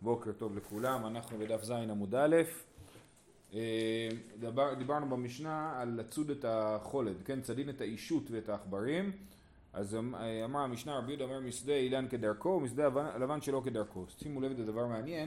בוקר טוב לכולם, אנחנו בדף זין עמוד א', דיברנו במשנה על לצוד את החולד, כן, צדין את האישות ואת העכברים. אז אמר המשנה, רבי יהודה אומר משדה אילן כדרכו ומשדה לבן שלא כדרכו. שימו לב את הדבר מעניין.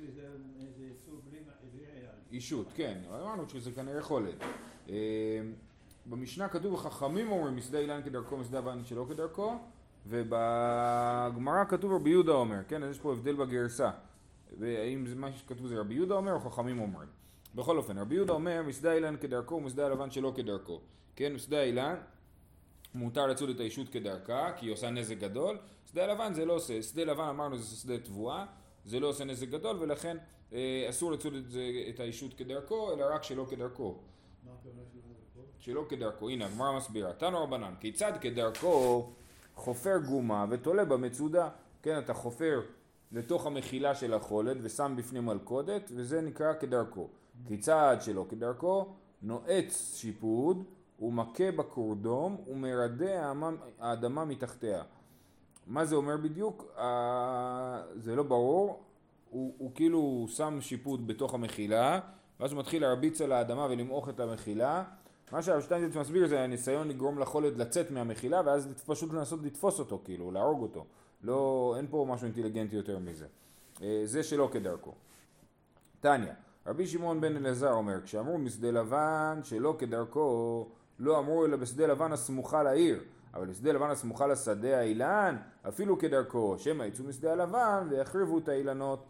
אישות, כן, אמרנו שזה כנראה חולד. במשנה כתוב חכמים אומרים משדה אילן כדרכו משדה לבן שלא כדרכו, ובגמרא כתוב רבי יהודה אומר, כן, אז יש פה הבדל בגרסה. והאם מה שכתוב זה רבי יהודה אומר או חכמים אומרים. בכל אופן, רבי יהודה אומר משדה אילן כדרכו ומשדה לבן שלא כדרכו. כן, משדה אילן מותר לצוד את האישות כדרכה, כי היא עושה נזק גדול. שדה לבן זה לא עושה, שדה לבן אמרנו זה שדה תבואה, זה לא עושה נזק גדול, ולכן אסור לצוד את האישות כדרכו, אלא רק שלא כדרכו. מה הכוונה שלא כדרכו? שלא כדרכו, הנה, הגמרא מסבירה. תנו רבנן, כיצד כדרכו חופר גומה ותולה במצודה. כן, אתה חופר לתוך המחילה של החולד ושם בפני מלכודת, וזה נקרא כדרכו. כיצד שלא כדרכו, נועץ שיפוד, הוא מכה בקורדום ומרדה האדמה מתחתיה. מה זה אומר בדיוק? זה לא ברור. הוא כאילו שם שיפוד בתוך המחילה, ואז הוא מתחיל להרביץ על האדמה ולמעוך את המחילה. מה שהרב שטיינזלץ מסביר זה הניסיון לגרום לחולד לצאת מהמחילה, ואז פשוט לנסות לתפוס אותו, כאילו, להרוג אותו. לא, אין פה משהו אינטליגנטי יותר מזה. זה שלא כדרכו. תניא, רבי שמעון בן אלעזר אומר, כשאמרו משדה לבן שלא כדרכו, לא אמרו אלא בשדה לבן הסמוכה לעיר, אבל בשדה לבן הסמוכה לשדה האילן, אפילו כדרכו, שמא יצאו משדה הלבן ויחריבו את האילנות.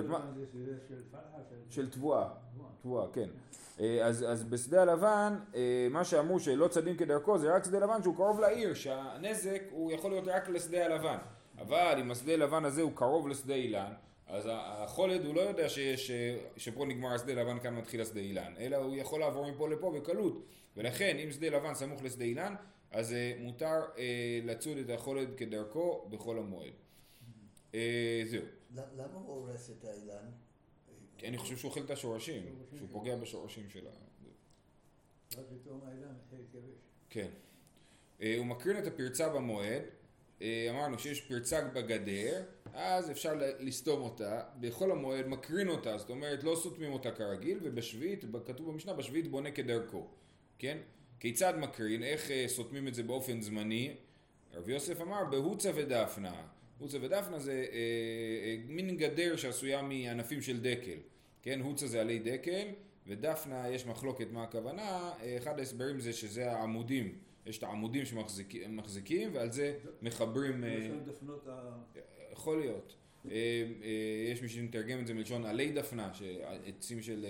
של תבואה, תבואה, כן. אז בשדה הלבן, מה שאמרו שלא צדים כדרכו זה רק שדה לבן שהוא קרוב לעיר, שהנזק הוא יכול להיות רק לשדה הלבן. אבל אם השדה הלבן הזה הוא קרוב לשדה אילן, אז החולד הוא לא יודע שפה נגמר השדה לבן כאן מתחיל השדה אילן, אלא הוא יכול לעבור מפה לפה בקלות. ולכן אם שדה לבן סמוך לשדה אילן, אז מותר לצוד את החולד כדרכו בכל המועד. זהו. למה הוא הורס את האילן? כי אני חושב שהוא אוכל את השורשים, שהוא פוגע בשורשים שלה. אז פתאום האילן מתחיל להתייבש. כן. הוא מקרין את הפרצה במועד. אמרנו שיש פרצה בגדר, אז אפשר לסתום אותה. בכל המועד מקרין אותה, זאת אומרת לא סותמים אותה כרגיל, ובשביעית, כתוב במשנה, בשביעית בונה כדרכו. כן? כיצד מקרין? איך סותמים את זה באופן זמני? רבי יוסף אמר, בהוצה ודפנה. הוצה ודפנה זה מין גדר שעשויה מענפים של דקל. כן, הוצה זה עלי דקל, ודפנה יש מחלוקת מה הכוונה. אחד ההסברים זה שזה העמודים. יש את העמודים שמחזיקים, ועל זה מחברים... יכול להיות. יש מי שמתרגם את זה מלשון עלי דפנה, עצים של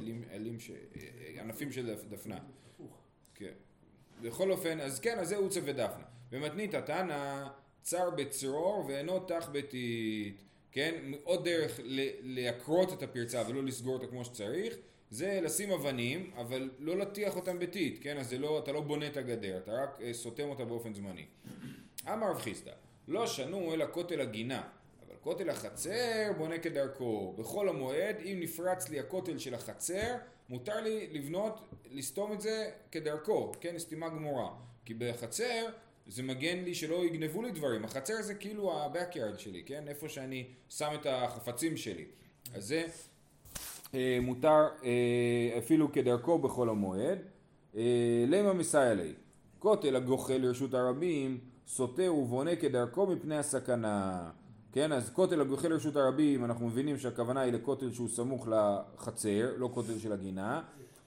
ענפים של דפנה. כן. בכל אופן, אז כן, אז זה הוצה ודפנה. במתנית התנא צר בצרור ואינו תחבטית. כן? עוד דרך להקרות את הפרצה ולא לסגור אותה כמו שצריך, זה לשים אבנים, אבל לא להטיח אותם בתית, כן? אז לא, אתה לא בונה את הגדר, אתה רק סותם אותה באופן זמני. אמר רב חיסדא, לא שנו אלא כותל הגינה, אבל כותל החצר בונה כדרכו. בכל המועד, אם נפרץ לי הכותל של החצר, מותר לי לבנות, לסתום את זה כדרכו, כן? סתימה גמורה. כי בחצר זה מגן לי שלא יגנבו לי דברים. החצר זה כאילו הבקיירד שלי, כן? איפה שאני שם את החפצים שלי. אז זה מותר אפילו כדרכו בכל המועד. למה מסייע לי? כותל הגוחל לרשות הרבים, סוטה ובונה כדרכו מפני הסכנה. כן, אז כותל הגוחל לרשות הרבים, אנחנו מבינים שהכוונה היא לכותל שהוא סמוך לחצר, לא כותל של הגינה.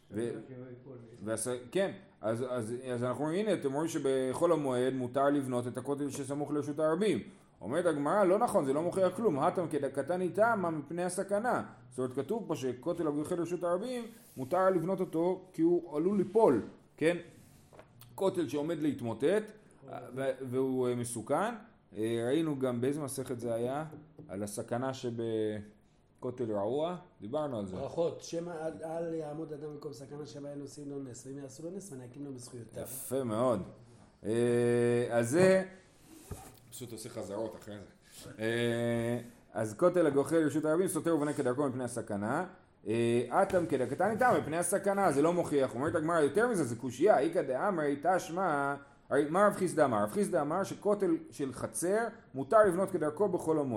כן, אז אנחנו רואים, הנה, אתם רואים שבכל המועד מותר לבנות את הכותל שסמוך לרשות הרבים. אומרת הגמרא, לא נכון, זה לא מוכיח כלום, התם קטן איתם מפני הסכנה. זאת אומרת, כתוב פה שכותל הגוחל לרשות הרבים, מותר לבנות אותו כי הוא עלול ליפול, כן? כותל שעומד להתמוטט, והוא מסוכן. ראינו גם באיזה מסכת זה היה, על הסכנה שבכותל רעוע, דיברנו על זה. ברכות, שמא אל יעמוד אדם במקום סכנה שמא אין עושים לו נס, ואם יעשו לו נס, מנהקים לו בזכויותיו. יפה מאוד. אז זה... פשוט עושה חזרות אחרי זה. אז כותל הגוחל לרשות הרבים, סותר ובונה כדרכו מפני הסכנה. אתם כדקתן איתם מפני הסכנה, זה לא מוכיח. אומרת הגמרא, יותר מזה, זה קושיה, איקא דאמרי תשמע, מה רב חיסדא אמר? רב חיסדא אמר שכותל של חצר מותר לבנות כדרכו בכל המועד.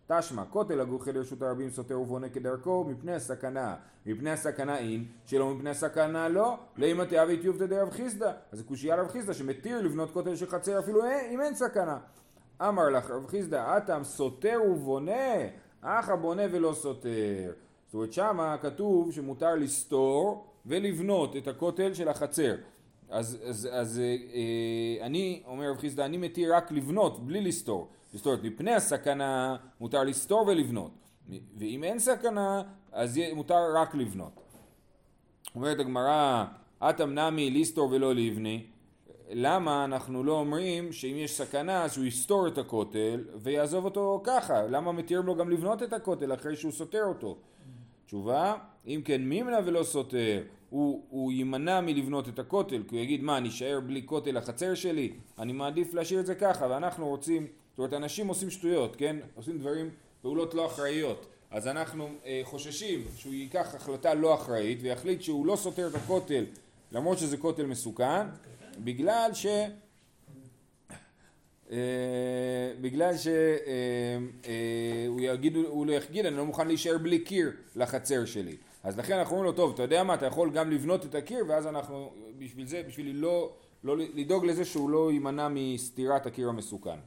תשמע, כותל הגוחה לרשות הרבים סותר ובונה כדרכו מפני הסכנה. מפני הסכנה אין, שלא מפני הסכנה לא, לאמא תאווה תיובתא דרב חיסדא. אז זה קושייה רב חיסדא שמתיר לבנות כותל של חצר אפילו אם אין סכנה. אמר לך רב חיסדא, אטם סותר ובונה, אך הבונה ולא סותר. זאת אומרת שמה כתוב שמותר לסתור ולבנות את הכותל של החצר. אז אני, אומר רב חיסדא, אני מתיר רק לבנות בלי לסתור. זאת אומרת, מפני הסכנה מותר לסתור ולבנות. ואם אין סכנה, אז מותר רק לבנות. אומרת הגמרא, אטם נמי לסתור ולא לבני. למה אנחנו לא אומרים שאם יש סכנה אז הוא יסתור את הכותל ויעזוב אותו ככה? למה מתירים לו גם לבנות את הכותל אחרי שהוא סותר אותו? תשובה, אם כן מימנה ולא סותר, הוא יימנע מלבנות את הכותל, כי הוא יגיד, מה, אני אשאר בלי כותל החצר שלי? אני מעדיף להשאיר את זה ככה, ואנחנו רוצים, זאת אומרת, אנשים עושים שטויות, כן? עושים דברים, פעולות לא אחראיות. אז אנחנו חוששים שהוא ייקח החלטה לא אחראית, ויחליט שהוא לא סותר את הכותל, למרות שזה כותל מסוכן, בגלל שהוא יגיד, אני לא מוכן להישאר בלי קיר לחצר שלי. אז לכן אנחנו אומרים לו, טוב, אתה יודע מה, אתה יכול גם לבנות את הקיר, ואז אנחנו, בשביל לא לדאוג לזה שהוא לא יימנע מסתירת הקיר המסוכן.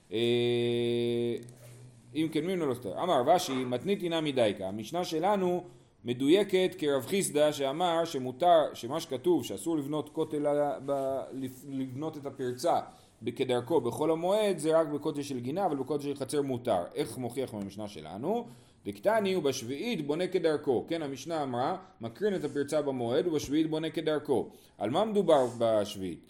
אם כן, מי לא סתר? אמר רש"י, מתנית אינה מדייקה. המשנה שלנו מדויקת כרב חיסדא שאמר שמותר, שמה שכתוב, שאסור לבנות כותל, לבנות את הפרצה כדרכו בכל המועד, זה רק בכותל של גינה, אבל בכותל של חצר מותר. איך מוכיח מהמשנה שלנו? דקטני ובשביעית בונה כדרכו. כן, המשנה אמרה, מקרין את הפרצה במועד ובשביעית בונה כדרכו. על מה מדובר בשביעית?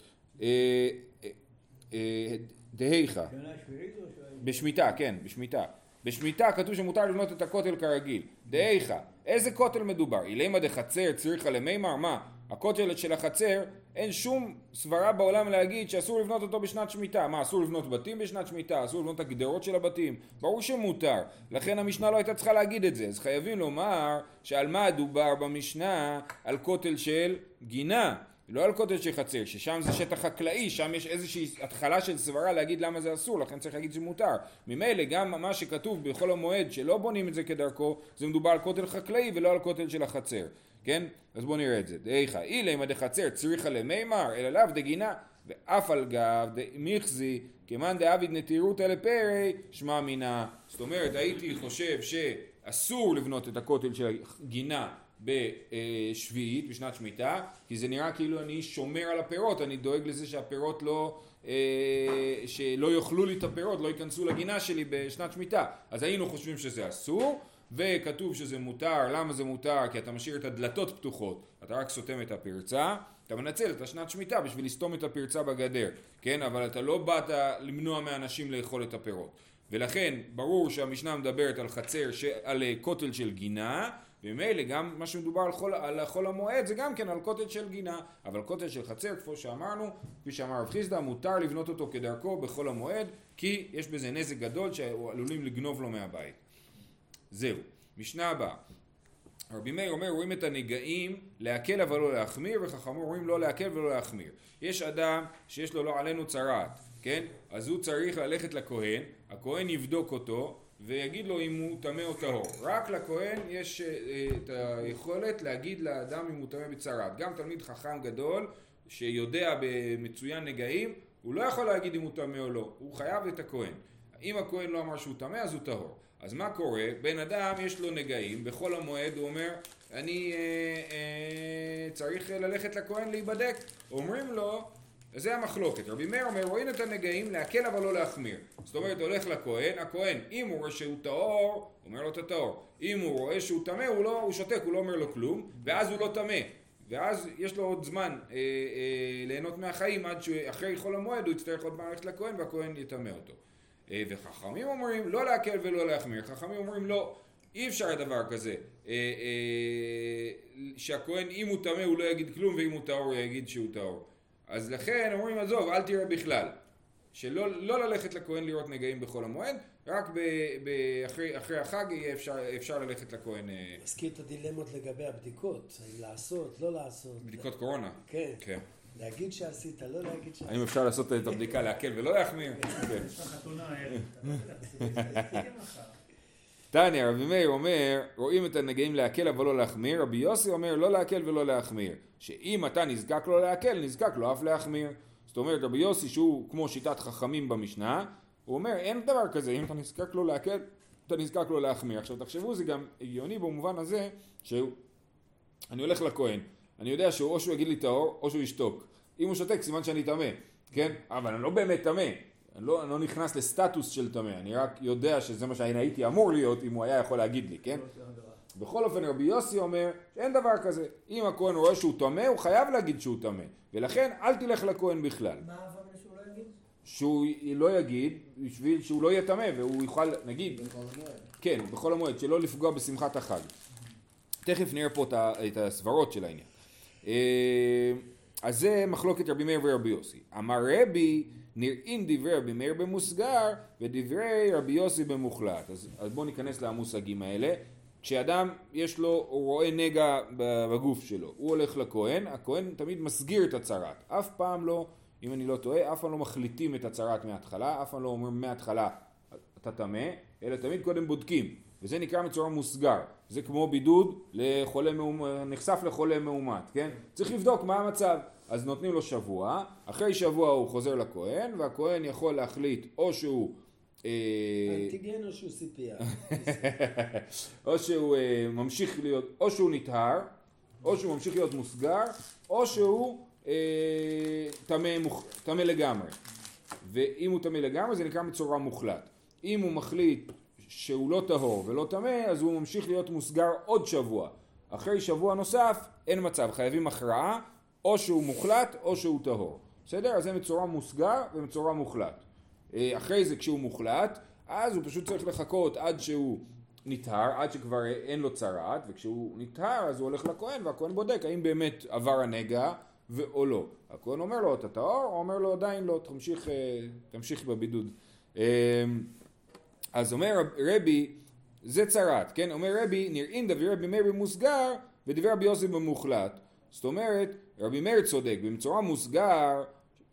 דהיכה. בשמיטה, כן, בשמיטה. בשמיטה כתוב שמותר לבנות את הכותל כרגיל. דהיכה. איזה כותל מדובר? אילמה דחצר צריכה למימר? מה? הכותל של החצר, אין שום סברה בעולם להגיד שאסור לבנות אותו בשנת שמיטה. מה, אסור לבנות בתים בשנת שמיטה? אסור לבנות את הגדרות של הבתים? ברור שמותר. לכן המשנה לא הייתה צריכה להגיד את זה. אז חייבים לומר שעל מה דובר במשנה? על כותל של גינה. לא על כותל של חצר, ששם זה שטח חקלאי, שם יש איזושהי התחלה של סברה להגיד למה זה אסור, לכן צריך להגיד שמותר. ממילא גם מה שכתוב בכל המועד שלא בונים את זה כדרכו, זה מדובר על כותל חקלאי ולא על כותל של החצר. כן? אז בואו נראה את זה. דאיכה, אילמה דחצר צריכה למימר, אלא לאו דגינה, ואף על גב דמיחזי, כמאן דאביד נטירותא לפרי, שמע מינה. זאת אומרת, הייתי חושב שאסור לבנות את הכותל של הגינה בשביעית, בשנת שמיטה, כי זה נראה כאילו אני שומר על הפירות, אני דואג לזה שהפירות שלא יאכלו לי את הפירות, לא ייכנסו לגינה שלי בשנת שמיטה. אז היינו חושבים שזה אסור, וכתוב שזה מותר. למה זה מותר? כי אתה משאיר את הדלתות פתוחות, אתה רק סותם את הפרצה, אתה מנצל את השנת שמיטה בשביל לסתום את הפרצה בגדר, כן? אבל אתה לא באת למנוע מאנשים לאכול את הפירות. ולכן ברור שהמשנה מדברת על חצר, על כותל של גינה, ומילא גם מה שמדובר על חול המועד זה גם כן על כותל של גינה, אבל כותל של חצר, כפי שאמרנו, כפי שאמר רב חיסדא, מותר לבנות אותו כדרכו בכל המועד, כי יש בזה נזק גדול שעלולים לגנוב לו מהבית. זהו, משנה הבאה. רבי מאיר אומר, רואים את הנגעים להקל אבל לא להחמיר, וחכמים רואים לא להקל ולא להחמיר. יש אדם שיש לו לא עלינו צרעת, כן? אז הוא צריך ללכת לכהן, הכהן יבדוק אותו, ויגיד לו אם הוא טמא או טהור. רק לכהן יש את היכולת להגיד לאדם אם הוא טמא בצרעת. גם תלמיד חכם גדול שיודע במצוין נגעים, הוא לא יכול להגיד אם הוא טמא או לא, הוא חייב את הכהן. אם הכהן לא אמר שהוא טמא אז הוא טהור. אז מה קורה? בן אדם יש לו נגעים, בכל המועד הוא אומר, אני צריך ללכת לכהן להיבדק. אומרים לו, זה המחלוקת. רבי מאיר אומר, רואים את הנגעים להקל אבל לא להחמיר. זאת אומרת, הולך לכהן, הכהן, אם הוא רואה שהוא טהור, הוא אומר לו אתה טהור. אם הוא רואה שהוא טמא, הוא שותק, הוא לא אומר לו כלום, ואז הוא לא טמא. ואז יש לו עוד זמן ליהנות מהחיים, עד שאחרי חול המועד הוא יצטרך עוד ללכת לכהן, והכהן יטמא אותו. וחכמים אומרים, לא להקל ולא להחמיר. חכמים אומרים, לא, אי אפשר הדבר כזה. שהכהן, אם הוא טמא, הוא לא יגיד כלום, ואם הוא טהור, הוא יגיד שהוא טהור. אז לכן אומרים, עזוב, אל תראה בכלל. שלא ללכת לכהן לראות נגעים בכל המועד, רק אחרי החג יהיה אפשר ללכת לכהן. הזכיר את הדילמות לגבי הבדיקות, האם לעשות, לא לעשות. בדיקות קורונה. כן. כן. להגיד שעשית, לא להגיד שעשית. האם אפשר לעשות את הבדיקה להקל ולא להחמיר? יש לך חתונה הערב, אתה לא יודע, תניא, רבי מאיר אומר, רואים את הנגעים להקל אבל לא להחמיר, רבי יוסי אומר לא להקל ולא להחמיר, שאם אתה נזקק לו להקל, נזקק לו אף להחמיר. זאת אומרת, רבי יוסי שהוא כמו שיטת חכמים במשנה, הוא אומר אין דבר כזה, אם אתה נזקק לו להקל, אתה נזקק לו להחמיר. עכשיו תחשבו, זה גם הגיוני במובן הזה, שאני הולך לכהן, אני יודע שהוא או שהוא יגיד לי טהור, או שהוא ישתוק. אם הוא שותק, סימן שאני טמא, כן? אבל אני לא באמת טמא. אני לא נכנס לסטטוס של טמא, אני רק יודע שזה מה שהייתי אמור להיות אם הוא היה יכול להגיד לי, כן? בכל אופן רבי יוסי אומר שאין דבר כזה, אם הכהן רואה שהוא טמא הוא חייב להגיד שהוא טמא, ולכן אל תלך לכהן בכלל. מה אבל שהוא לא יגיד? שהוא לא יגיד בשביל שהוא לא יהיה טמא והוא יוכל, נגיד, בכל המועד. כן, בכל המועד, שלא לפגוע בשמחת החג. תכף נראה פה את הסברות של העניין. אז זה מחלוקת רבי מאיר ורבי יוסי. אמר רבי, נראים דברי רבי מאיר במוסגר ודברי רבי יוסי במוחלט. אז בואו ניכנס למושגים האלה. כשאדם יש לו, הוא רואה נגע בגוף שלו, הוא הולך לכהן, הכהן תמיד מסגיר את הצרת. אף פעם לא, אם אני לא טועה, אף פעם לא מחליטים את הצרת מההתחלה, אף פעם לא אומרים מההתחלה אתה טמא, אלא תמיד קודם בודקים. וזה נקרא מצורע מוסגר. זה כמו בידוד לחולה נחשף לחולה מאומת, כן? צריך לבדוק מה המצב. אז נותנים לו שבוע, אחרי שבוע הוא חוזר לכהן, והכהן יכול להחליט או שהוא אנטיגן או שהוא סיפיה. או שהוא ממשיך להיות, או שהוא נטהר, או שהוא ממשיך להיות מוסגר, או שהוא טמא לגמרי. ואם הוא טמא לגמרי זה נקרא מצורע מוחלט. אם הוא מחליט שהוא לא טהור ולא טמא, אז הוא ממשיך להיות מוסגר עוד שבוע. אחרי שבוע נוסף אין מצב, חייבים הכרעה, או שהוא מוחלט או שהוא טהור. בסדר? אז זה מצורע מוסגר ומצורע מוחלט. אחרי זה כשהוא מוחלט, אז הוא פשוט צריך לחכות עד שהוא נטהר, עד שכבר אין לו צרעת, וכשהוא נטהר אז הוא הולך לכהן, והכהן בודק האם באמת עבר הנגע או לא. הכהן אומר לו אתה טהור, או אומר לו עדיין לא, תמשיך בבידוד. אז אומר רבי, זה צרעת, כן? אומר רבי, נראים דברי רבי מאיר במוסגר ודברי רבי יוסי במוחלט. זאת אומרת, רבי מאיר צודק, במצורע מוסגר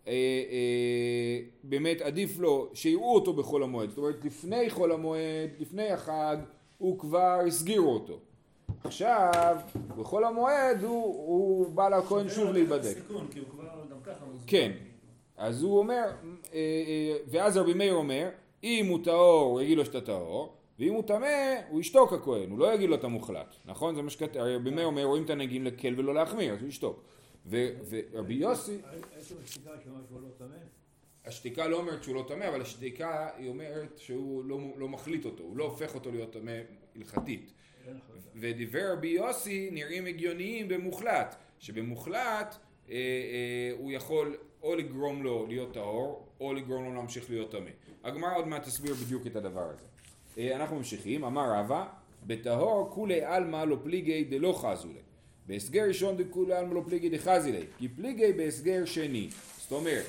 באמת עדיף לו שיראו אותו בכל המועד. זאת אומרת, לפני חול המועד, לפני החג, הוא כבר הסגירו אותו. עכשיו, בכל המועד הוא בא לכהן שוב להיבדק. כי הוא כבר גם ככה מוסגר. כן, אז הוא אומר, ואז רבי מאיר אומר, אם הוא טהור, הוא יגיד לו שאתה טהור, ואם הוא טמא, הוא ישתוק הכהן, הוא לא יגיד לו אתה מוחלט. נכון? זה מה שכתב, רבי מאיר אומר, רואים את הנגעים לקל ולא להחמיר, אז הוא ישתוק. ורבי יוסי... איזה השתיקה שאומרת שהוא לא טמא? השתיקה לא אומרת שהוא לא טמא, אבל השתיקה היא אומרת שהוא לא מחליט אותו, הוא לא הופך אותו להיות טמא הלכתית. ודברי רבי יוסי נראים הגיוניים במוחלט, שבמוחלט הוא יכול או לגרום לו להיות טהור, או לגרום לו להמשיך להיות טמא. הגמרא עוד מעט תסביר בדיוק את הדבר הזה. אנחנו ממשיכים, אמר רבא, בטהור כולי עלמא לא פליגי דלא חזו לי. בהסגר ראשון דכולי עלמא לא פליגי דחזי לי, כי פליגי בהסגר שני. זאת אומרת,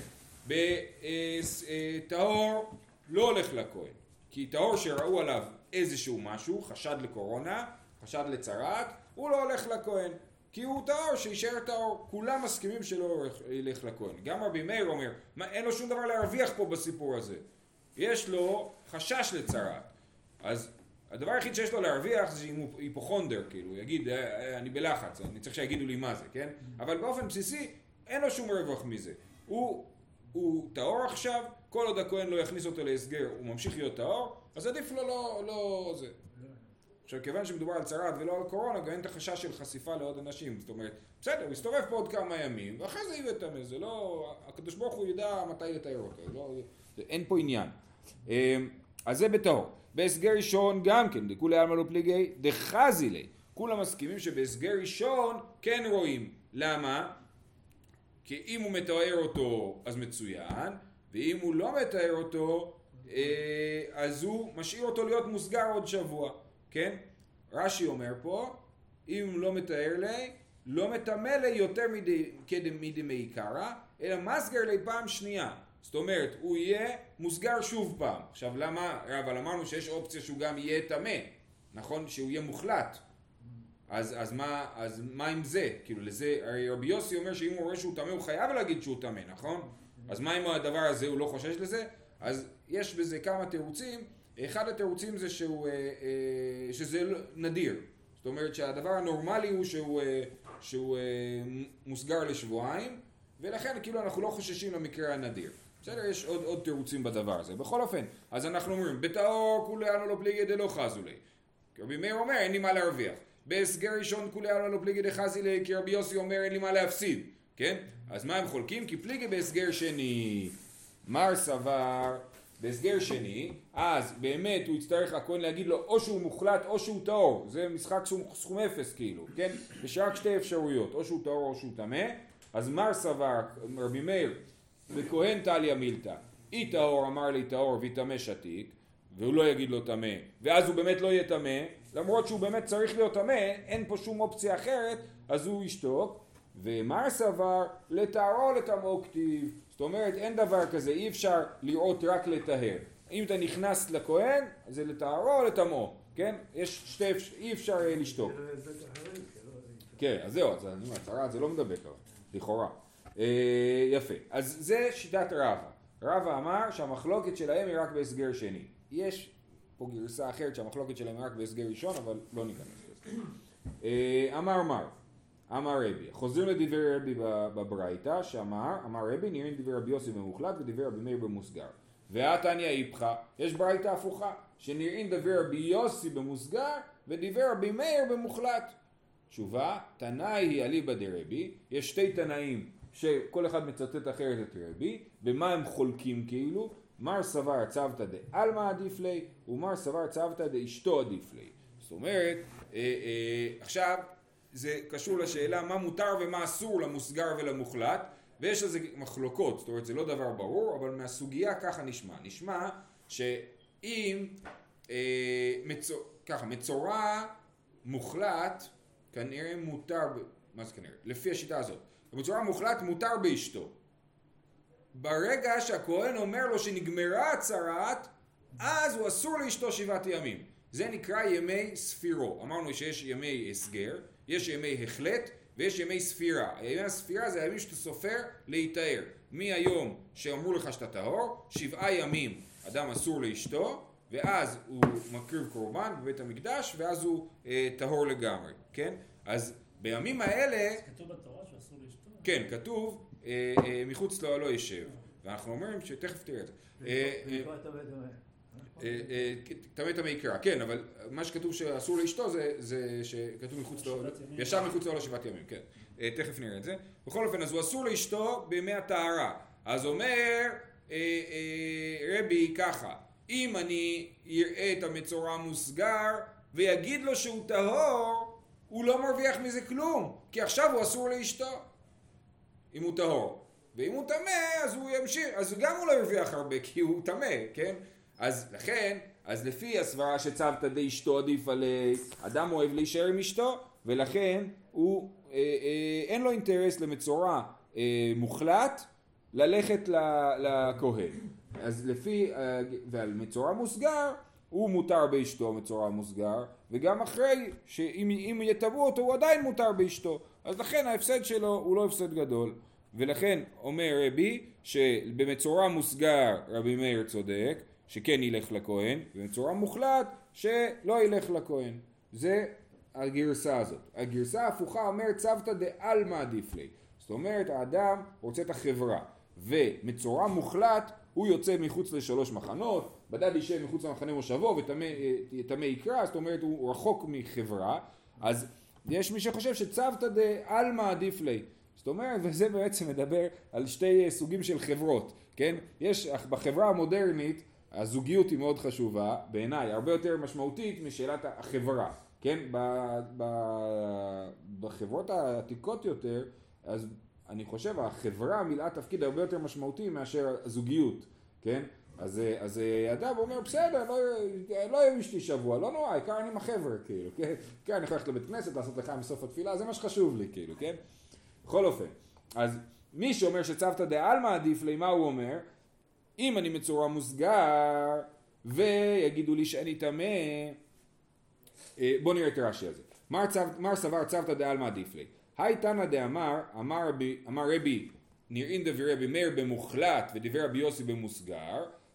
בטהור לא הולך לכהן, כי טהור שראו עליו איזשהו משהו, חשד לקורונה, חשד לצרת, הוא לא הולך לכהן, כי הוא טהור, שישאר טהור. כולם מסכימים שלא ילך לכהן. גם רבי מאיר אומר, אין לו שום דבר להרוויח פה בסיפור הזה. יש לו חשש לצרת. אז הדבר היחיד שיש לו להרוויח זה אם הוא היפוכונדר, כאילו, הוא יגיד, אני בלחץ, אני צריך שיגידו לי מה זה, כן? אבל באופן בסיסי, אין לו שום רווח מזה. הוא טהור עכשיו, כל עוד הכהן לא יכניס אותו להסגר, הוא ממשיך להיות טהור, אז עדיף לו לא זה. עכשיו, כיוון שמדובר על צרת ולא על קורונה, גם אין את החשש של חשיפה לעוד אנשים. זאת אומרת, בסדר, הוא יסתובב פה עוד כמה ימים, ואחרי זה יהיה טמא, זה לא... הקדוש ברוך הוא ידע מתי לתאר אותו, אין פה עניין. אז זה בטהור. בהסגר ראשון גם כן, דכולי עלמא לא פליגי דחזי לי. כולם מסכימים שבהסגר ראשון כן רואים. למה? כי אם הוא מתאר אותו אז מצוין, ואם הוא לא מתאר אותו אז הוא משאיר אותו להיות מוסגר עוד שבוע, כן? רש"י אומר פה, אם לא מתאר לי, לא מטמא לי יותר מדמי עיקרא, אלא מסגר לי פעם שנייה. זאת אומרת, הוא יהיה מוסגר שוב פעם. עכשיו למה? אבל אמרנו שיש אופציה שהוא גם יהיה טמא, נכון? שהוא יהיה מוחלט. אז מה עם זה? כאילו לזה, הרי רבי יוסי אומר שאם הוא רואה שהוא טמא הוא חייב להגיד שהוא טמא, נכון? אז מה עם הדבר הזה? הוא לא חושש לזה? אז יש בזה כמה תירוצים. אחד התירוצים זה שזה נדיר. זאת אומרת שהדבר הנורמלי הוא שהוא מוסגר לשבועיים, ולכן כאילו אנחנו לא חוששים למקרה הנדיר. בסדר, יש עוד תירוצים בדבר הזה. בכל אופן, אז אנחנו אומרים, בטהור כולי אנו לא פליגי דלא חזו לי. כי רבי מאיר אומר, אין לי מה להרוויח. בהסגר ראשון כולי אנו לא פליגי דחזי לי, כי רבי יוסי אומר, אין לי מה להפסיד. כן? אז מה הם חולקים? כי פליגי בהסגר שני. מר סבר, בהסגר שני, אז באמת הוא יצטרך הכהן להגיד לו או שהוא מוחלט או שהוא טהור. זה משחק סכום אפס כאילו, כן? יש רק שתי אפשרויות, או שהוא טהור או שהוא טמא. אז מר סבר, רבי מאיר, וכהן טליה מילתא, אי טהור אמר לי טהור ויטמא שתיק, והוא לא יגיד לו טמא, ואז הוא באמת לא יהיה טמא, למרות שהוא באמת צריך להיות טמא, אין פה שום אופציה אחרת, אז הוא ישתוק. ומר סבר, לטהרו או לטמאו כתיב. זאת אומרת, אין דבר כזה, אי אפשר לראות רק לטהר. אם אתה נכנס לכהן, זה לטהרו או לטמאו, כן? יש אי אפשר לשתוק. כן, אז זהו, אז אני אומר, צרה, זה לא מדבר ככה, לכאורה. יפה, אז זה שיטת רבא. רבא אמר שהמחלוקת שלהם היא רק בהסגר שני. יש פה גרסה אחרת שהמחלוקת שלהם היא רק בהסגר ראשון, אבל לא ניכנס לזה. אמר רבי, חוזרים לדברי רבי בברייתא, אמר רבי, נראים דברי רבי יוסי במוחלט ודברי רבי מאיר במוסגר. והתניא איפכא, יש ברייתא הפוכה, שנראים דברי רבי יוסי במוסגר ודברי רבי מאיר במוחלט. תשובה, תנאי היא אליבא דרבי, יש שתי תנאים שכל אחד מצטט אחרת את רבי, במה הם חולקים כאילו? מר סבר צוותא דעלמא עדיף לי, ומר סבר צוותא דאשתו עדיף לי. זאת אומרת, עכשיו זה קשור לשאלה מה מותר ומה אסור למוסגר ולמוחלט, ויש לזה מחלוקות, זאת אומרת זה לא דבר ברור, אבל מהסוגיה ככה נשמע שאם ככה מצורע מוחלט כנראה מותר, מה זה כנראה? לפי השיטה הזאת, בצורה מוחלט מותר באשתו. ברגע שהכהן אומר לו שנגמרה הצרת, אז הוא אסור לאשתו 7 ימים. זה נקרא ימי ספירו. אמרנו שיש ימי הסגר, יש ימי החלט ויש ימי ספירה. ימי הספירה זה הימים שאתה סופר להיטהר. מהיום שאמרו לך שאתה טהור, 7 ימים אדם אסור לאשתו, ואז הוא מקריב קורבן בבית המקדש, ואז הוא טהור לגמרי, כן? אז בימים האלה... כתוב בתורה שאסור לאשתו? כן, כתוב מחוץ לו לא יישב. ואנחנו אומרים שתכף תראה את זה. תמי תמי יקרא, כן, אבל מה שכתוב שאסור לאשתו זה שכתוב מחוץ לו, ישב מחוץ לו 7 ימים, כן. תכף נראה את זה. בכל אופן, אז הוא אסור לאשתו בימי הטהרה. אז אומר רבי ככה, אם אני יראה את המצורע מוסגר ויגיד לו שהוא טהור, הוא לא מרוויח מזה כלום, כי עכשיו הוא אסור לאשתו, אם הוא טהור. ואם הוא טמא, אז הוא ימשיך, אז גם הוא לא ירוויח הרבה, כי הוא טמא, כן? אז לכן, אז לפי הסברה שצוותא דאשתו עדיף עלי, אדם אוהב להישאר עם אשתו, ולכן הוא, אין לו אינטרס למצורע מוחלט ללכת לכהן. אז לפי, ועל מצורע מוסגר, הוא מותר באשתו מצורע מוסגר, וגם אחרי שאם יתבעו אותו הוא עדיין מותר באשתו. אז לכן ההפסד שלו הוא לא הפסד גדול. ולכן אומר רבי שבמצורע מוסגר רבי מאיר צודק, שכן ילך לכהן, ובמצורע מוחלט שלא ילך לכהן. זה הגרסה הזאת. הגרסה ההפוכה אומר צוותא דעלמא עדיף לי. זאת אומרת האדם רוצה את החברה, ומצורע מוחלט הוא יוצא מחוץ ל3 מחנות, בדד יישב מחוץ למחנה מושבו ותמא יקרא, זאת אומרת הוא רחוק מחברה. אז יש מי שחושב שצוותא דעלמא עדיף לי. זאת אומרת, וזה בעצם מדבר על 2 סוגים של חברות, כן? יש בחברה המודרנית, הזוגיות היא מאוד חשובה, בעיניי, הרבה יותר משמעותית משאלת החברה, כן? בחברות העתיקות יותר, אז אני חושב, החברה מילאה תפקיד הרבה יותר משמעותי מאשר הזוגיות, כן? אז אדם אומר, בסדר, לא יהיה אשתי שבוע, לא נורא, העיקר אני עם החבר'ה, כאילו, כן? כן, אני יכול ללכת לבית כנסת, לעשות לך מסוף התפילה, זה מה שחשוב לי, כאילו, כן? בכל אופן, אז מי שאומר שצוותא דעלמא עדיף לי, מה הוא אומר? אם אני מצורע מוסגר ויגידו לי שאני טמא, בוא נראה את הרש"י הזה. מר סבר צוותא דעלמא עדיף לי. היי תנא דאמר, אמר רבי, נראים דברי רבי מאיר במוחלט ודברי רבי יוסי במוסגר,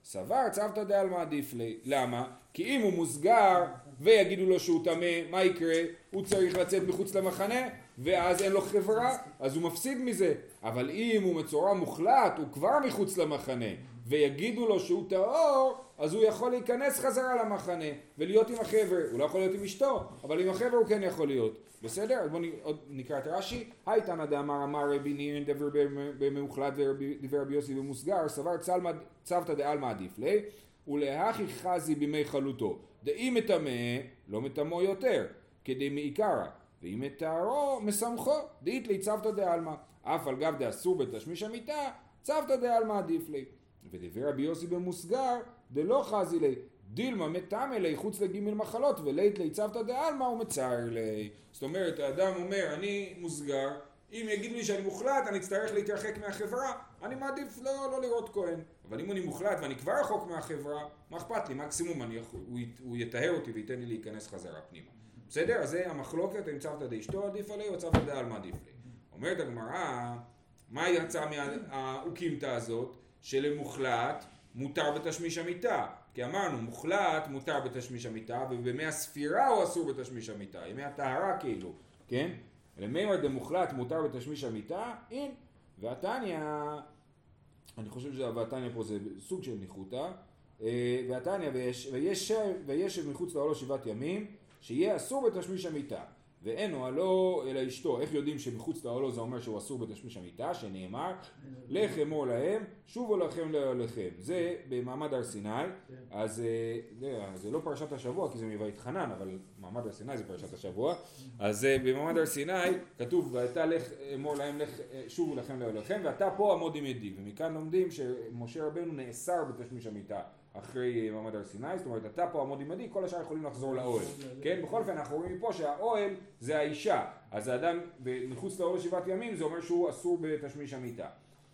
סבר צוותא דעלמא עדיף לי. למה? כי אם הוא מוסגר ויגידו לו שהוא טמא, מה יקרה? הוא צריך לצאת מחוץ למחנה ואז אין לו חברה, אז הוא מפסיד מזה. אבל אם הוא מצורע מוחלט, הוא כבר מחוץ למחנה ויגידו לו שהוא טהור, אז הוא יכול להיכנס חזרה למחנה ולהיות עם החבר. הוא לא יכול להיות עם אשתו, אבל עם החבר הוא כן יכול להיות. בסדר? אז בואו נקרא את רש"י. היי תנא דאמר אמר רבי נירין דבר במוחלט ודבר רבי יוסי במוסגר, סבר צוותא דעלמא עדיף לי, ולהכי חזי בימי חלוטו. דאם מטמא, לא מטמאו יותר, כדי מעיקרא, ואם מטהרו, מסמכו, דאית לי צוותא דעלמא. אף על גב דאסור בתשמיש המיטה, צוותא דעלמא עדיף לי. ודבר רבי יוסי במוסגר, דלא חזי לי, דילמה מטמא לי חוץ לגימל מחלות, ולית לי צוותא דעלמא ומצער לי. זאת אומרת, האדם אומר, אני מוסגר, אם יגידו לי שאני מוחלט, אני אצטרך להתרחק מהחברה, אני מעדיף לא לראות כהן. אבל אם אני מוחלט ואני כבר רחוק מהחברה, מה אכפת לי? מקסימום הוא יטהר אותי וייתן לי להיכנס חזרה פנימה. בסדר? אז זה המחלוקת, אם צוותא דאשתו עדיף עלי או צוותא דעלמא עדיף לי. אומרת הגמרא, מה יצא מהאוקימתא הזאת? שלמוחלט מותר בתשמיש המיטה. כי אמרנו, מוחלט מותר בתשמיש המיטה, ובימי הספירה הוא אסור בתשמיש המיטה. ימי הטהרה כאילו, כן? למימר דמוחלט מותר בתשמיש המיטה, אין. והתניא, אני חושב שהתניא פה זה סוג של ניחותא, והתניא וישב מחוץ לאוהלו 7 ימים, שיהיה אסור בתשמיש המיטה. ואין אוהלו אלא אשתו. איך יודעים שמחוץ לאוהלו זה אומר שהוא אסור בתשמיש המיטה, שנאמר, לך אמור להם, שובו לכם לאוהליכם. זה במעמד הר סיני, אז זה לא פרשת השבוע, כי זה מויתחנן, אבל מעמד הר סיני זה פרשת השבוע. אז במעמד הר סיני כתוב, ואתה לך אמור להם, שובו לכם לאוהליכם, ואתה פה עמוד עם ידי. ומכאן לומדים שמשה רבנו נאסר בתשמיש המיטה. אחרי מעמד הר סיני, זאת אומרת, אתה פה עמוד עם ידי, כל השאר יכולים לחזור לאוהל. כן? בכל אופן, אנחנו רואים מפה שהאוהל זה האישה. אז האדם מחוץ לאוהל 7 ימים, זה אומר שהוא אסור בתשמיש המיטה.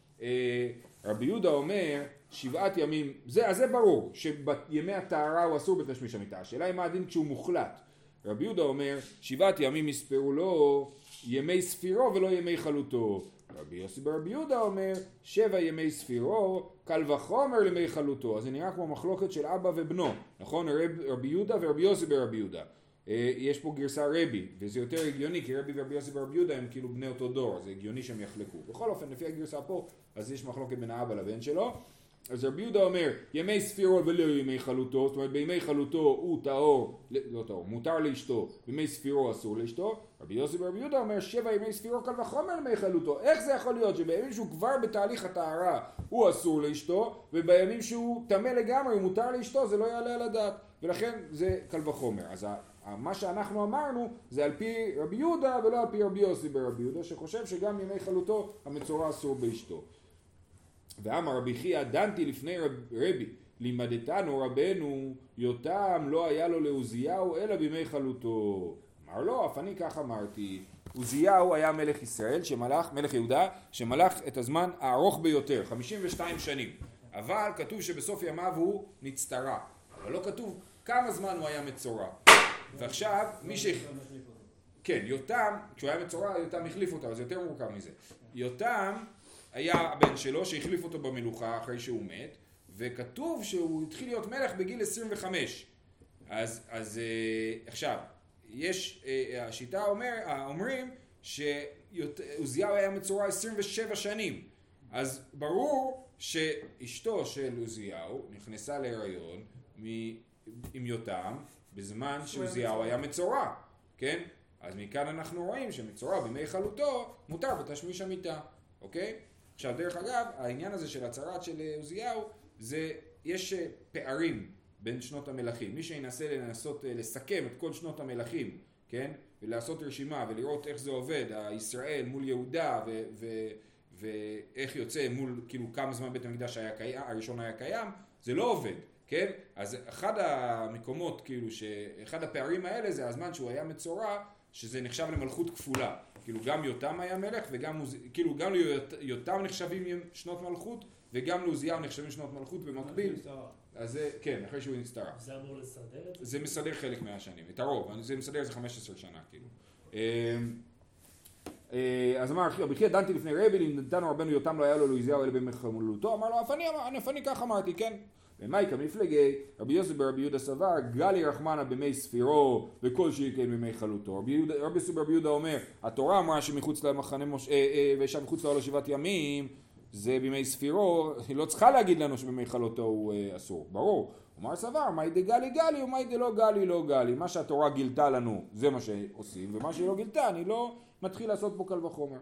רבי יהודה אומר, 7 ימים, אז זה ברור, שבימי הטהרה הוא אסור בתשמיש המיטה. השאלה היא מה הדין כשהוא מוחלט. רבי יהודה אומר, 7 ימים יספרו לו ימי ספירו ולא ימי חלוטו. רבי יוסי ברבי יהודה אומר 7 ימי ספירו קל וחומר לימי חלוטו. אז זה נראה כמו מחלוקת של אבא ובנו, נכון? רבי יהודה ורבי יוסי ברבי יהודה. יש פה גרסה רבי, וזה יותר הגיוני כי רבי ורבי יוסי ברבי יהודה הם כאילו בני אותו דור, זה הגיוני שהם יחלקו. בכל אופן לפי הגרסה פה אז יש מחלוקת בין האבא לבן שלו. אז רבי יהודה אומר ימי ספירו ולא ימי חלוטו, זאת אומרת בימי חלוטו הוא טהור, לא טהור, מותר לאשתו, בימי ספירו אסור לאשתו. רבי יוסי ברבי יהודה אומר 7 ימי ספירו קל וחומר לימי חלוטו. איך זה יכול להיות שבימים שהוא כבר בתהליך הטהרה הוא אסור לאשתו, ובימים שהוא טמא לגמרי הוא מותר לאשתו? זה לא יעלה על הדעת, ולכן זה קל וחומר. אז מה שאנחנו אמרנו זה על פי רבי יהודה ולא על פי רבי יוסי ברבי יהודה, שחושב שגם ימי חלוטו המצורע אסור באשתו. ואמר רבי חייא דנתי לפני רבי לימדתנו רבנו יותם לא היה לו לעוזיהו אלא בימי חלוטו. אמר לו, אף אני כך אמרתי. עוזיהו היה מלך ישראל מלך יהודה שמלך את הזמן הארוך ביותר, 52 שנים. אבל כתוב שבסוף ימיו הוא נצטרע, אבל לא כתוב כמה זמן הוא היה מצורע. ועכשיו כן, יותם, כשהוא היה מצורע יותם החליף אותו, אז זה יותר מורכב מזה. יותם היה הבן שלו שהחליף אותו במלוכה אחרי שהוא מת, וכתוב שהוא התחיל להיות מלך בגיל 25. אז עכשיו, יש, השיטה אומרים שעוזיהו היה מצורע 27 שנים. אז ברור שאשתו של עוזיהו נכנסה להיריון עם יותם בזמן שעוזיהו היה מצורע, כן? אז מכאן אנחנו רואים שמצורע בימי חלוטו מותר בתשמיש המיטה, אוקיי? עכשיו דרך אגב, העניין הזה של הצרת של עוזיהו, יש פערים בין שנות המלכים. מי שינסה לנסות לסכם את כל שנות המלכים, כן? ולעשות רשימה ולראות איך זה עובד, ישראל מול יהודה ואיך יוצא מול כאילו כמה זמן בית המקדש הראשון היה קיים, זה לא עובד, כן? אז אחד המקומות כאילו אחד הפערים האלה זה הזמן שהוא היה מצורע, שזה נחשב למלכות כפולה. כאילו גם יותם היה מלך וגם כאילו גם ליותם נחשבים שנות מלכות וגם לעוזיהו נחשבים שנות מלכות במקביל. אז זה, כן, אחרי שהוא נצטרע. זה אמור לסדר את זה? זה מסדר חלק מהשנים, את הרוב, זה מסדר איזה 15 שנה כאילו. אז אמר, רבי חייא דנתי לפני רבי, לימדתנו רבנו יותם לא היה לו לעוזיהו אלא בימי חלוטו, אמר לו, אף אני כך אמרתי, כן? ומאי כמפלגי, רבי יוסף ברבי יהודה סבר, גלי רחמנה במי ספירו וכל שכן במי חלוטו. רבי יוסף ברבי יהודה אומר, התורה אמרה שמחוץ למחנה וישב מחוץ לאוהל 7 ימים, זה בימי ספירו, היא לא צריכה להגיד לנו שבימי חלוטו הוא אסור, ברור. אומר סבר, מאי דגלי גלי ומאי דלא גלי לא גלי, מה שהתורה גילתה לנו זה מה שעושים, ומה שהיא לא גילתה אני לא מתחיל לעשות בו קל וחומר.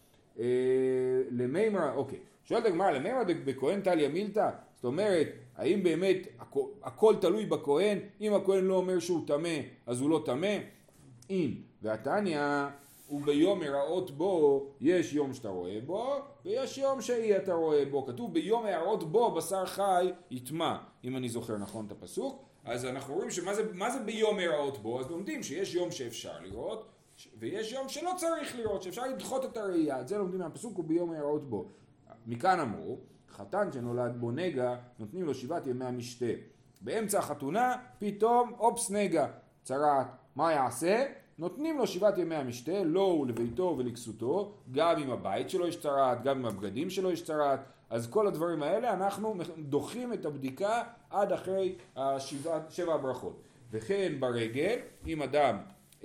למימרה, אוקיי, שואלת הגמרא, למימרה בכהן טליה מילתא? זאת אומרת, האם באמת הכל תלוי בכהן? אם הכהן לא אומר שהוא טמא, אז הוא לא טמא? אם, והתניא הוא ביום הרעות בו, יש יום שאתה רואה בו, ויש יום שאי אתה רואה בו. כתוב ביום הרעות בו בשר חי יטמא, אם אני זוכר נכון את הפסוק. אז אנחנו רואים שמה זה ביום הרעות בו? אז לומדים שיש יום שאפשר לראות, ויש יום שלא צריך לראות, שאפשר לדחות את הראייה. את זה לומדים מהפסוק, הוא ביום הרעות בו. מכאן אמרו, חתן שנולד בו נגע, נותנים לו 7 ימי המשתה. באמצע החתונה, פתאום אופס נגע, צרעת. מה יעשה? נותנים לו 7 ימי המשתה, לו ולביתו ולכסותו, גם עם הבית שלו יש צרעת, גם עם הבגדים שלו יש צרעת. אז כל הדברים האלה אנחנו דוחים את הבדיקה עד אחרי 7 ברכות. וכן ברגל, אם אדם,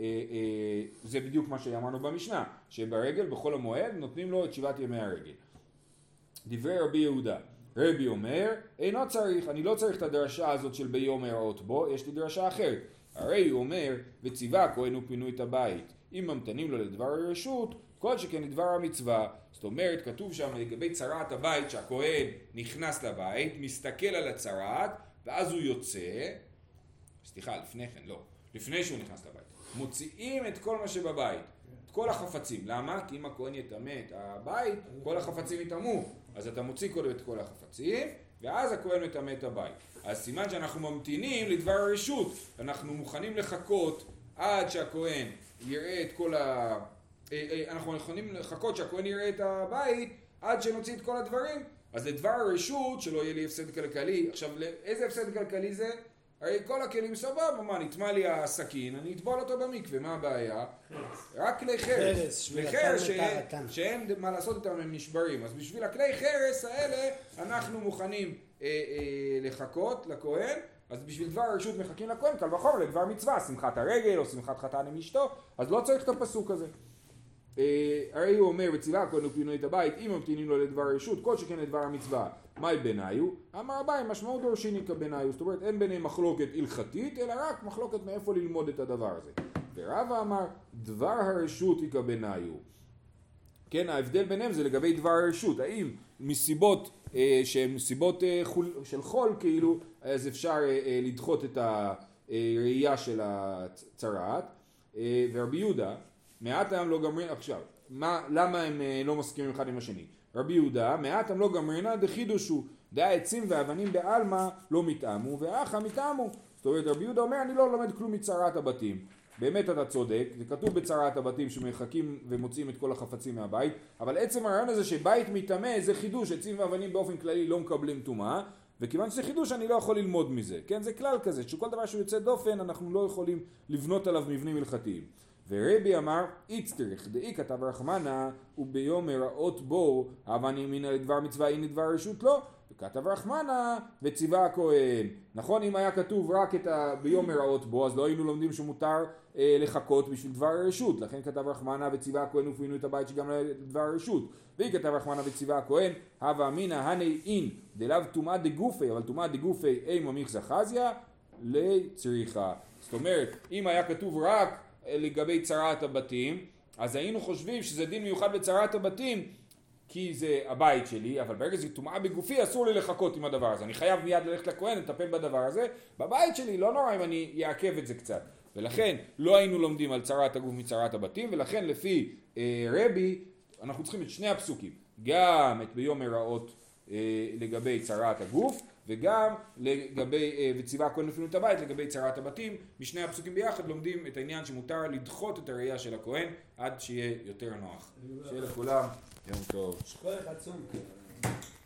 זה בדיוק מה שאמרנו במשנה, שברגל בכל המועד נותנים לו את 7 ימי הרגל. דברי רבי יהודה, רבי אומר, אינו צריך, אני לא צריך את הדרשה הזאת של ביום הרעות בו, יש לי דרשה אחרת. הרי הוא אומר, וציווה הכהן ופינו את הבית. אם ממתנים לו לדבר הרשות, כל שכן לדבר המצווה. זאת אומרת, כתוב שם לגבי צרעת הבית, שהכהן נכנס לבית, מסתכל על הצרעת, ואז הוא יוצא, סליחה, לפני כן, לא, לפני שהוא נכנס לבית. מוציאים את כל מה שבבית, את כל החפצים. למה? כי אם הכהן יטמא את הבית, כל החפצים יטמאו. אז אתה מוציא קודם את כל החפצים, ואז הכהן מטמא את הבית. אז סימן שאנחנו ממתינים לדבר הרשות, אנחנו מוכנים לחכות עד שהכהן יראה את כל אנחנו מוכנים לחכות שהכהן יראה את הבית עד שנוציא את כל הדברים. אז לדבר הרשות שלא יהיה לי הפסד כלכלי. עכשיו, איזה הפסד כלכלי זה? הרי כל הכלים סבבה, מה, נטמע לי הסכין, אני אטבול אותו במקווה, מה הבעיה? רק כלי חרס. כלי חרס שאין מה לעשות איתם הם נשברים. אז בשביל הכלי חרס האלה אנחנו מוכנים לחכות לכהן, אז בשביל דבר הרשות מחכים לכהן, קל וחומר לדבר מצווה, שמחת הרגל או שמחת חתן עם אשתו, אז לא צריך את הפסוק הזה. הרי הוא אומר, וציווה הכהן ופינו את הבית, אם ממתינים לו לדבר הרשות, כל שכן לדבר המצווה. מהי ביניו? אמר אביי, משמעות דורשיניקה ביניו, זאת אומרת אין ביניהם מחלוקת הלכתית, אלא רק מחלוקת מאיפה ללמוד את הדבר הזה. ורבא אמר, דבר הרשות יקה ביניו. כן, ההבדל ביניהם זה לגבי דבר הרשות, האם מסיבות שהן מסיבות של חול כאילו, אז אפשר לדחות את הראייה של הצרעת. ורבי יהודה, מעט הם לא גמרין, עכשיו, למה הם לא מסכימים אחד עם השני? רבי יהודה, מעט הם לא גמרינה דחידושו, דעה עצים ואבנים בעלמא לא מתאמו, ואחא מתאמו. זאת אומרת, רבי יהודה אומר, אני לא לומד כלום מצרת הבתים. באמת אתה צודק, זה כתוב בצרת הבתים שמחכים ומוצאים את כל החפצים מהבית, אבל עצם הרעיון הזה שבית מתאמה זה חידוש, עצים ואבנים באופן כללי לא מקבלים טומאה, וכיוון שזה חידוש אני לא יכול ללמוד מזה, כן? זה כלל כזה, שכל דבר שהוא יוצא דופן אנחנו לא יכולים לבנות עליו מבנים הלכתיים. ורבי אמר, איצטריך, דאי כתב רחמנה, וביום הרעות בו, אבל ימינה לדבר מצווה, הנה לדבר רשות לא, וכתב רחמנה, וציווה הכהן. נכון, אם היה כתוב רק ביום הרעות בו, אז לא היינו לומדים שמותר לחכות בשביל דבר הרשות, לכן כתב רחמנה וציווה הכהן ופינו את הבית שגם לדבר הרשות. והיא כתב רחמנה וציווה הכהן, הווה אמינא הני אין, דלאו טומאה דגופי, אבל טומאה דגופי אימה מיכזא חזיא, לצריכה. זאת אומרת, אם היה כתוב רק לגבי צרת הבתים, אז היינו חושבים שזה דין מיוחד בצרת הבתים, כי זה הבית שלי, אבל ברגע זה טומאה בגופי, אסור לי לחכות עם הדבר הזה. אני חייב מיד ללכת לכהן, לטפל בדבר הזה. בבית שלי לא נורא אם אני אעכב את זה קצת. ולכן לא היינו לומדים על צרת הגוף מצרת הבתים, ולכן לפי רבי, אנחנו צריכים את שני הפסוקים. גם את ביום הרעות לגבי צרת הגוף, וגם לגבי וציווה הכהן ופינו את הבית לגבי צרת הבתים. משני הפסוקים ביחד לומדים את העניין שמותר לדחות את הראייה של הכהן עד שיהיה יותר נוח. שיהיה לכולם יום טוב. שכוח עצום.